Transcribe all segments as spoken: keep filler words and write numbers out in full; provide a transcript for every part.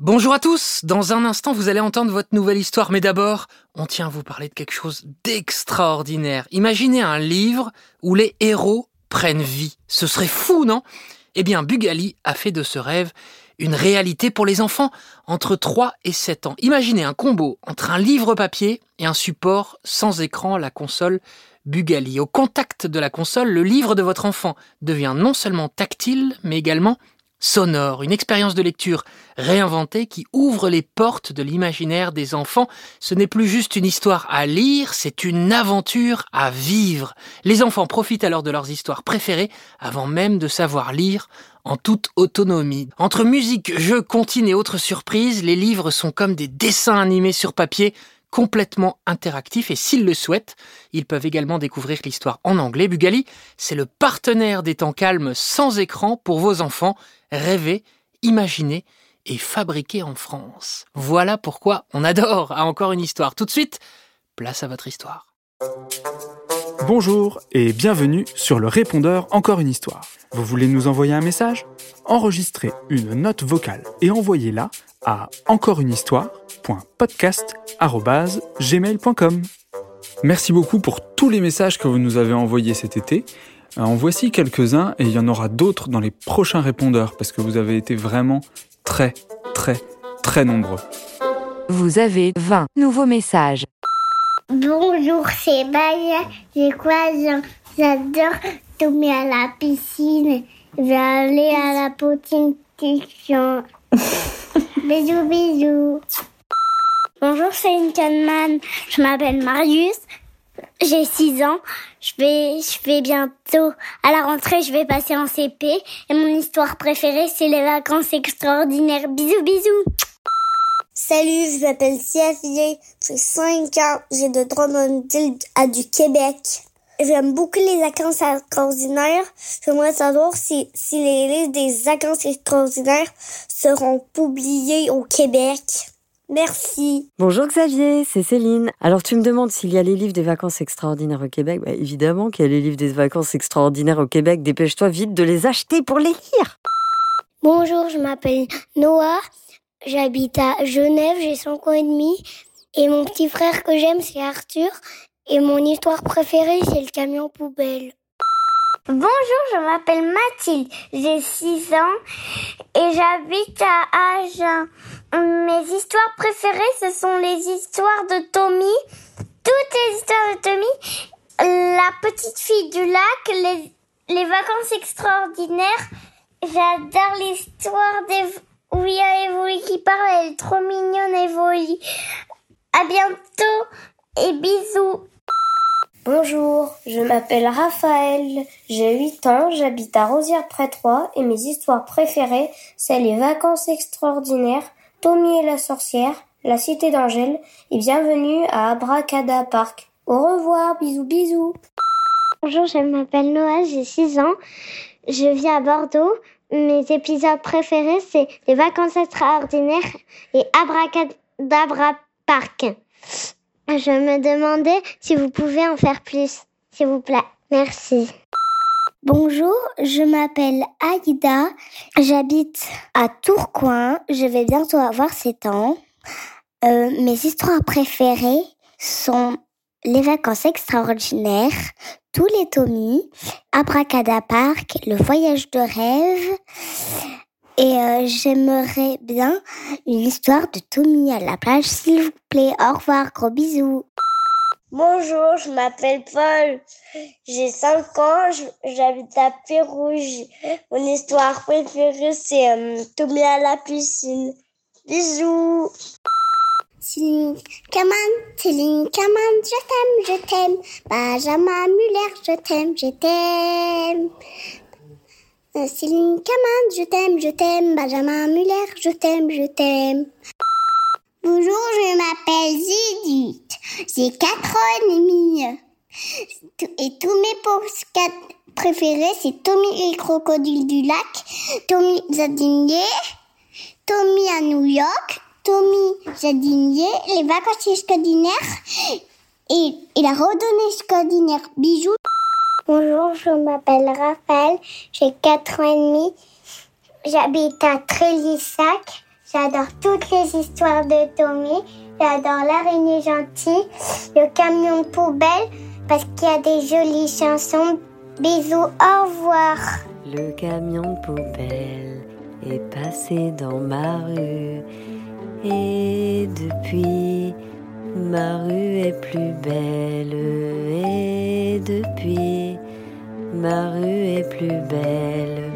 Bonjour à tous, dans un instant vous allez entendre votre nouvelle histoire, mais d'abord, on tient à vous parler de quelque chose d'extraordinaire. Imaginez un livre où les héros prennent vie. Ce serait fou, non ? Eh bien, Bugali a fait de ce rêve une réalité pour les enfants entre trois et sept ans. Imaginez un combo entre un livre papier et un support sans écran, la console Bugali. Au contact de la console, le livre de votre enfant devient non seulement tactile, mais également sonore, une expérience de lecture réinventée qui ouvre les portes de l'imaginaire des enfants. Ce n'est plus juste une histoire à lire, c'est une aventure à vivre. Les enfants profitent alors de leurs histoires préférées avant même de savoir lire en toute autonomie. Entre musique, jeux, comptines et autres surprises, les livres sont comme des dessins animés sur papier, complètement interactifs, et s'ils le souhaitent, ils peuvent également découvrir l'histoire en anglais. Bugali, c'est le partenaire des temps calmes sans écran pour vos enfants. Rêver, imaginer et fabriquer en France. Voilà pourquoi on adore à Encore une histoire. Tout de suite, place à votre histoire. Bonjour et bienvenue sur le répondeur Encore une histoire. Vous voulez nous envoyer un message ? Enregistrez une note vocale et envoyez-la à encoreunehistoire point podcast arobase gmail point com. Merci beaucoup pour tous les messages que vous nous avez envoyés cet été. En voici quelques-uns et il y en aura d'autres dans les prochains répondeurs parce que vous avez été vraiment très, très, très nombreux. Vous avez vingt nouveaux messages. Bonjour, c'est Maya. J'ai quoi ans. J'adore tomber à la piscine. Je vais aller à la poutine question. Bisous, bisous. Bonjour, c'est une Canman. Je m'appelle Marius. J'ai six ans. Je vais, je vais bientôt, à la rentrée, je vais passer en C P. Et mon histoire préférée, c'est les vacances extraordinaires. Bisous, bisous. Salut, je m'appelle Sia-Fille, j'ai cinq ans, j'ai de Drummondville à du Québec. J'aime beaucoup les vacances extraordinaires. J'aimerais savoir si, si les livres des vacances extraordinaires seront publiés au Québec. Merci. Bonjour Xavier, c'est Céline. Alors tu me demandes s'il y a les livres des vacances extraordinaires au Québec ? Bah, évidemment qu'il y a les livres des vacances extraordinaires au Québec. Dépêche-toi vite de les acheter pour les lire. Bonjour, je m'appelle Noah. J'habite à Genève, j'ai cinq ans et demi. Et mon petit frère que j'aime, c'est Arthur. Et mon histoire préférée, c'est le camion poubelle. Bonjour, je m'appelle Mathilde, j'ai six ans et j'habite à Agen. Mes histoires préférées, ce sont les histoires de Tommy. Toutes les histoires de Tommy. La petite fille du lac, les, les vacances extraordinaires. J'adore l'histoire d'Evouya et Evoli qui parle, elle est trop mignonne Evoli. À bientôt et bisous. Bonjour, je m'appelle Raphaël, j'ai huit ans, j'habite à Rosières-près-Troyes et mes histoires préférées, c'est les vacances extraordinaires, Tommy et la sorcière, la cité d'Angèle et bienvenue à Abracada Park. Au revoir, bisous bisous. Bonjour, je m'appelle Noël, j'ai six ans, je vis à Bordeaux. Mes épisodes préférés, c'est les vacances extraordinaires et Abracadabra Park. Je me demandais si vous pouvez en faire plus, s'il vous plaît. Merci. Bonjour, je m'appelle Aïda, j'habite à Tourcoing, je vais bientôt avoir sept ans. Euh, mes histoires préférées sont les vacances extraordinaires, tous les Tommy, Abracada Park, le voyage de rêve. Et euh, j'aimerais bien une histoire de Tommy à la plage, s'il vous plaît. Au revoir, gros bisous. Bonjour, je m'appelle Paul, j'ai cinq ans, j'habite à Pérouge. Mon histoire préférée, c'est euh, Tommy à la piscine. Bisous. Céline Kaman, Céline Kaman, je t'aime, je t'aime. Benjamin Muller, je t'aime, je t'aime. Céline Kaman, je t'aime, je t'aime. Benjamin Muller, je t'aime, je t'aime. Bonjour, je m'appelle Zédith. J'ai quatre ans et demi. Et tous mes podcasts préférés, c'est Tommy et le crocodile du lac, Tommy Jardinier, Tommy à New York, Tommy Jardinier, les vacances extraordinaires et, et la randonnée extraordinaire. Bisous. Bonjour, je m'appelle Raphaël, j'ai quatre ans et demi. J'habite à Trélissac. J'adore toutes les histoires de Tommy. J'adore l'araignée gentille, le camion de poubelle, parce qu'il y a des jolies chansons. Bisous, au revoir. Le camion de poubelle est passé dans ma rue. Et depuis, ma rue est plus belle. Et depuis, ma rue est plus belle.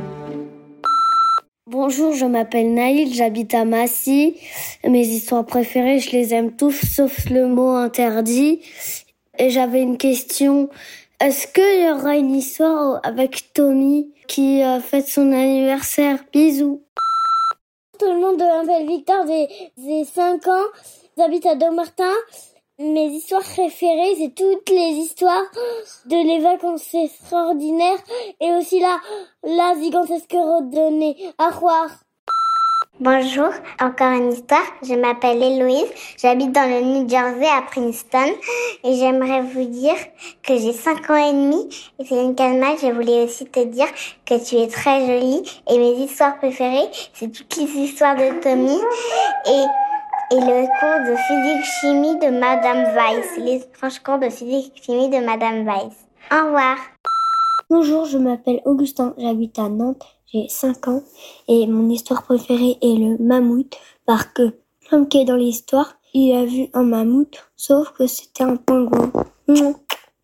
Bonjour, je m'appelle Naïl, j'habite à Massy. Mes histoires préférées, je les aime tous, sauf le mot interdit. Et j'avais une question. Est-ce qu'il y aura une histoire avec Tommy qui euh, fête son anniversaire? Bisous. Tout le monde, je m'appelle Victor, j'ai cinq ans, j'habite à Dommartin. Mes histoires préférées, c'est toutes les histoires de les vacances extraordinaires et aussi la, la gigantesque randonnée. Au revoir. Bonjour, encore une histoire. Je m'appelle Héloïse, j'habite dans le New Jersey à Princeton et j'aimerais vous dire que j'ai cinq ans et demi et Céline Calmat, je voulais aussi te dire que tu es très jolie et mes histoires préférées, c'est toutes les histoires de Tommy et, et le cours de physique-chimie de Madame Weiss, les étranges cours de physique-chimie de Madame Weiss. Au revoir. Bonjour, je m'appelle Augustin, j'habite à Nantes, j'ai cinq ans et mon histoire préférée est le mammouth parce que, comme qui est dans l'histoire, il a vu un mammouth, sauf que c'était un pingouin. Bonjour,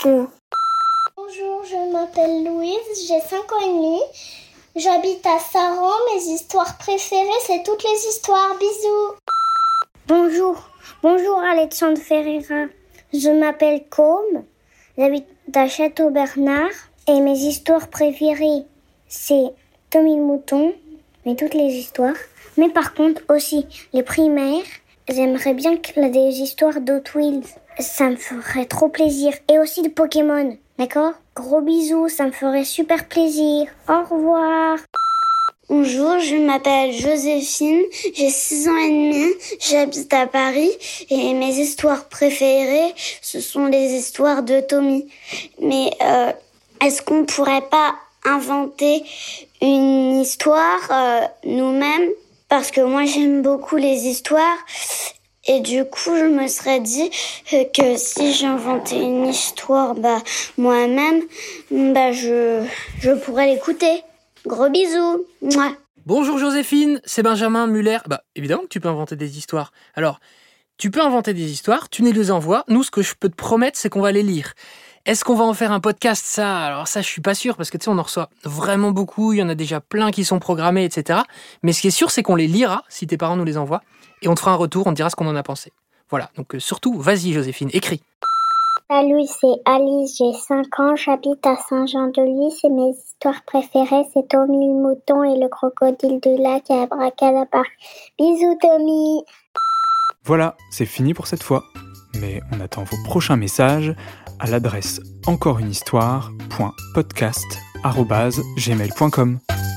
je m'appelle Louise, j'ai cinq ans et demi, j'habite à Saran, mes histoires préférées, c'est toutes les histoires. Bisous. Bonjour, bonjour Alexandre Ferreira, je m'appelle Côme, j'habite à Château-Bernard. Et mes histoires préférées, c'est Tommy le mouton, mais toutes les histoires. Mais par contre aussi, les primaires, j'aimerais bien qu'il y ait des histoires d'Hot Wheels. Ça me ferait trop plaisir. Et aussi de Pokémon, d'accord? Gros bisous, ça me ferait super plaisir. Au revoir. Bonjour, je m'appelle Joséphine, j'ai six ans et demi, j'habite à Paris et mes histoires préférées, ce sont les histoires de Tommy. Mais euh, est-ce qu'on pourrait pas inventer une histoire euh, nous-mêmes? Parce que moi j'aime beaucoup les histoires et du coup je me serais dit que si j'inventais une histoire bah, moi-même, bah, je, je pourrais l'écouter. Gros bisous. Mouah. Bonjour Joséphine, c'est Benjamin Muller. Bah évidemment que tu peux inventer des histoires. Alors, tu peux inventer des histoires, tu nous les envoies. Nous, ce que je peux te promettre, c'est qu'on va les lire. Est-ce qu'on va en faire un podcast? Ça, alors ça, je suis pas sûr, parce que tu sais, on en reçoit vraiment beaucoup, il y en a déjà plein qui sont programmés, et cetera. Mais ce qui est sûr, c'est qu'on les lira, si tes parents nous les envoient, et on te fera un retour, on te dira ce qu'on en a pensé. Voilà, donc euh, surtout, vas-y Joséphine, écris. Salut, c'est Alice, j'ai cinq ans, j'habite à Saint-Jean-de-Luz et mes histoires préférées, c'est Tommy le mouton et le crocodile du lac et Abracadabra. Bisous Tommy. Voilà, c'est fini pour cette fois. Mais on attend vos prochains messages à l'adresse encoreunehistoire point podcast arobase gmail point com.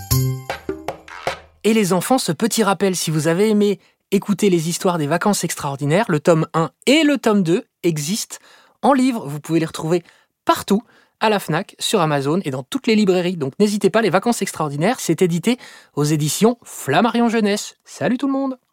Et les enfants, ce petit rappel, si vous avez aimé écouter les histoires des vacances extraordinaires, le tome un et le tome deux existent en livre. Vous pouvez les retrouver partout, à la Fnac, sur Amazon et dans toutes les librairies. Donc n'hésitez pas, les vacances extraordinaires, c'est édité aux éditions Flammarion Jeunesse. Salut tout le monde!